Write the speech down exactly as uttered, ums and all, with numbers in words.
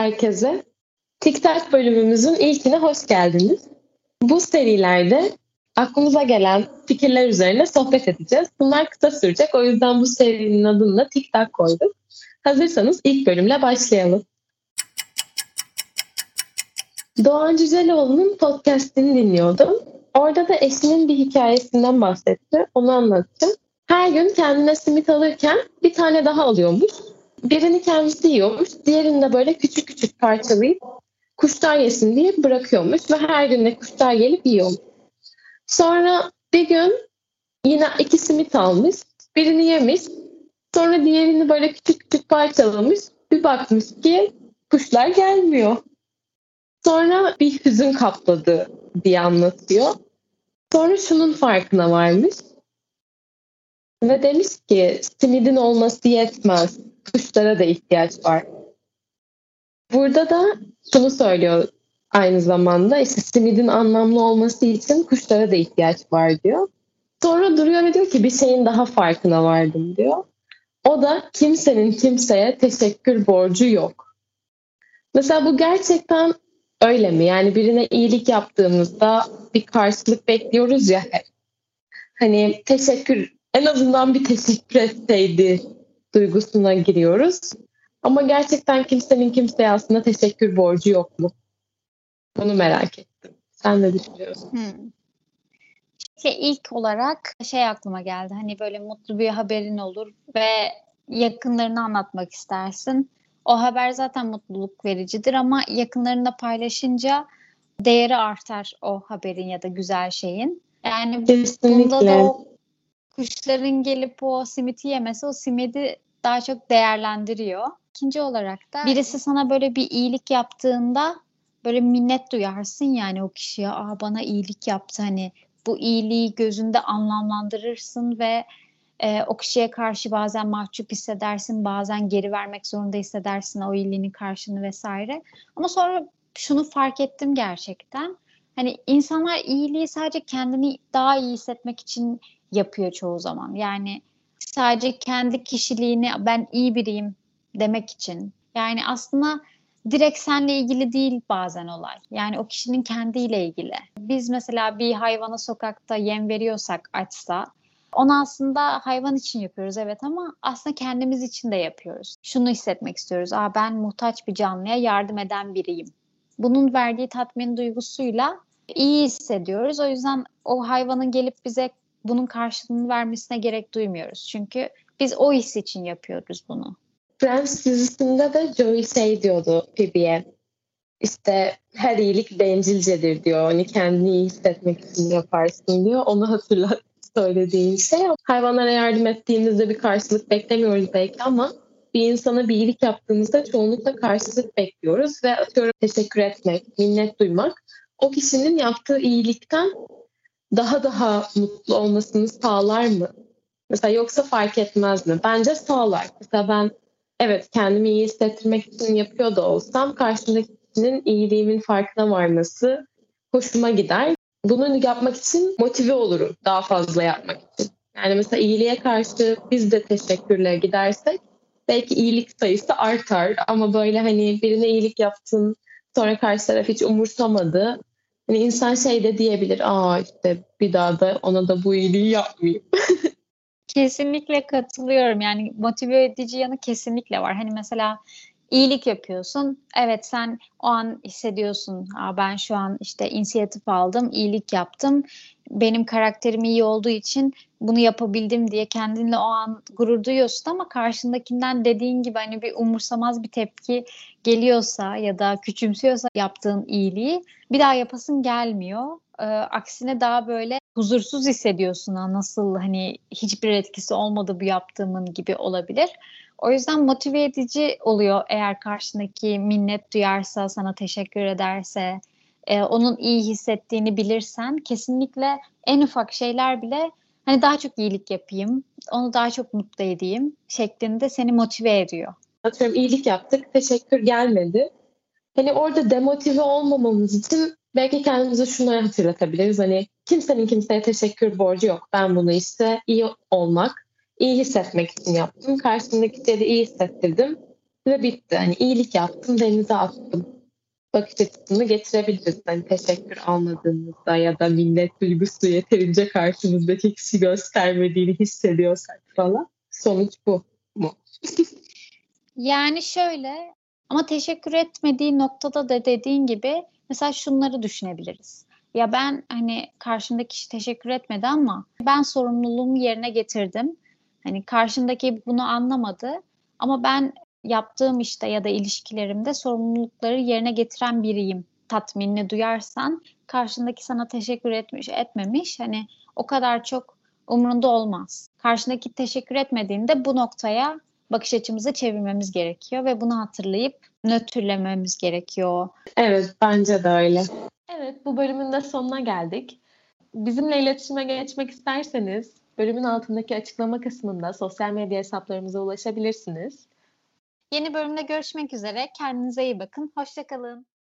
herkese. TikTok bölümümüzün ilkine hoş geldiniz. Bu serilerde aklımıza gelen fikirler üzerine sohbet edeceğiz. Bunlar kısa sürecek, o yüzden bu serinin adını da TikTok koyduk. Hazırsanız ilk bölümle başlayalım. Doğan Cüceloğlu'nun podcastini dinliyordum. Orada da eşinin bir hikayesinden bahsetti. Onu anlatacağım. Her gün kendine simit alırken bir tane daha alıyormuş. Birini kendisi yiyormuş. Diğerini de böyle küçük küçük parçalayıp kuşlar yesin diye bırakıyormuş. Ve her gün de kuşlar gelip yiyormuş. Sonra bir gün yine iki simit almış. Birini yemiş. Sonra diğerini böyle küçük küçük parçalamış. Bir bakmış ki kuşlar gelmiyor. Sonra bir hüzün kapladı diye anlatıyor. Sonra şunun farkına varmış. Ve demiş ki simidin olması yetmez. Kuşlara da ihtiyaç var. Burada da şunu söylüyor aynı zamanda. İşte simidin anlamlı olması için kuşlara da ihtiyaç var diyor. Sonra duruyor ve diyor ki bir şeyin daha farkına vardım diyor. O da kimsenin kimseye teşekkür borcu yok. Mesela bu gerçekten öyle mi? Yani birine iyilik yaptığımızda bir karşılık bekliyoruz ya hep. Hani teşekkür, en azından bir teşekkür etseydi duygusuna giriyoruz. Ama gerçekten kimsenin kimseye aslında teşekkür borcu yok mu? Bunu merak ettim. Sen ne düşünüyorsun? Hmm. İşte ilk olarak şey aklıma geldi. Hani böyle mutlu bir haberin olur ve yakınlarını anlatmak istersin. O haber zaten mutluluk vericidir ama yakınlarına paylaşınca değeri artar o haberin ya da güzel şeyin. Yani Kesinlikle. Bunda da o kuşların gelip o simiti yemesi o simidi daha çok değerlendiriyor. İkinci olarak da birisi sana böyle bir iyilik yaptığında böyle minnet duyarsın yani o kişiye. Aa, bana iyilik yaptı, hani bu iyiliği gözünde anlamlandırırsın ve e, o kişiye karşı bazen mahcup hissedersin, bazen geri vermek zorunda hissedersin o iyiliğinin karşılığını vesaire. Ama sonra şunu fark ettim gerçekten. Hani insanlar iyiliği sadece kendini daha iyi hissetmek için yapıyor çoğu zaman. Yani sadece kendi kişiliğini ben iyi biriyim demek için. Yani aslında direkt seninle ilgili değil bazen olay. Yani o kişinin kendiyle ilgili. Biz mesela bir hayvana sokakta yem veriyorsak açsa, onu aslında hayvan için yapıyoruz evet ama aslında kendimiz için de yapıyoruz. Şunu hissetmek istiyoruz. Aa, ben muhtaç bir canlıya yardım eden biriyim. Bunun verdiği tatmin duygusuyla iyi hissediyoruz. O yüzden o hayvanın gelip bize bunun karşılığını vermesine gerek duymuyoruz. Çünkü biz o his için yapıyoruz bunu. Friends dizisinde de Joey şey diyordu Phoebe'ye. İşte her iyilik bencilcedir diyor. Hani kendini iyi hissetmek için yaparsın diyor. Onu hatırlat söylediğin şey. Hayvanlara yardım ettiğimizde bir karşılık beklemiyoruz belki ama bir insana bir iyilik yaptığımızda çoğunlukla karşılık bekliyoruz ve atıyorum teşekkür etmek, minnet duymak o kişinin yaptığı iyilikten daha daha mutlu olmasını sağlar mı? Mesela yoksa fark etmez mi? Bence sağlar. Mesela ben evet kendimi iyi hissettirmek için yapıyor da olsam karşımdakinin iyiliğimin farkına varması hoşuma gider. Bunu yapmak için motive olurum daha fazla yapmak için. Yani mesela iyiliğe karşı biz de teşekkürle gidersek belki iyilik sayısı artar ama böyle hani birine iyilik yaptın sonra karşı taraf hiç umursamadı. Hani insan şey de diyebilir, aa işte bir daha da ona da bu iyiliği yapmayayım. Kesinlikle katılıyorum. Yani motive edici yanı kesinlikle var. Hani mesela iyilik yapıyorsun. Evet sen o an hissediyorsun. Aa, ben şu an işte inisiyatif aldım, iyilik yaptım. Benim karakterim iyi olduğu için bunu yapabildim diye kendinle o an gurur duyuyorsun ama karşındakinden dediğin gibi hani bir umursamaz bir tepki geliyorsa ya da küçümsüyorsa yaptığın iyiliği bir daha yapasın gelmiyor. Ee, aksine daha böyle huzursuz hissediyorsun, ha nasıl hani hiçbir etkisi olmadı bu yaptığımın gibi olabilir. O yüzden motive edici oluyor eğer karşındaki minnet duyarsa, sana teşekkür ederse, e, onun iyi hissettiğini bilirsen kesinlikle en ufak şeyler bile hani daha çok iyilik yapayım, onu daha çok mutlu edeyim şeklinde seni motive ediyor. Atıyorum iyilik yaptık, teşekkür gelmedi. Hani orada demotive olmamamız için belki kendimize şunu hatırlatabiliriz. Hani kimsenin kimseye teşekkür borcu yok. Ben bunu işte iyi olmak, iyi hissetmek için yaptım. Karşımdaki de iyi hissettirdim. ve bitti. Hani iyilik yaptım, denize attım. Bakış açısını getirebiliriz. Hani teşekkür almadığımızda ya da minnet duygusu yeterince karşımızdaki kişi göstermediğini hissediyorsak falan. Sonuç bu mu? Yani şöyle, ama teşekkür etmediği noktada da dediğin gibi mesela şunları düşünebiliriz. Ya ben hani karşımdaki kişi teşekkür etmedi ama ben sorumluluğumu yerine getirdim. Hani karşımdaki bunu anlamadı ama ben yaptığım işte ya da ilişkilerimde sorumlulukları yerine getiren biriyim. Tatminini duyarsan karşındaki sana teşekkür etmiş etmemiş hani o kadar çok umrunda olmaz. Karşındaki teşekkür etmediğinde bu noktaya bakış açımızı çevirmemiz gerekiyor ve bunu hatırlayıp nötrlememiz gerekiyor. Evet, bence de öyle. Evet, bu bölümün de sonuna geldik. Bizimle iletişime geçmek isterseniz bölümün altındaki açıklama kısmında sosyal medya hesaplarımıza ulaşabilirsiniz. Yeni bölümde görüşmek üzere. Kendinize iyi bakın. Hoşça kalın.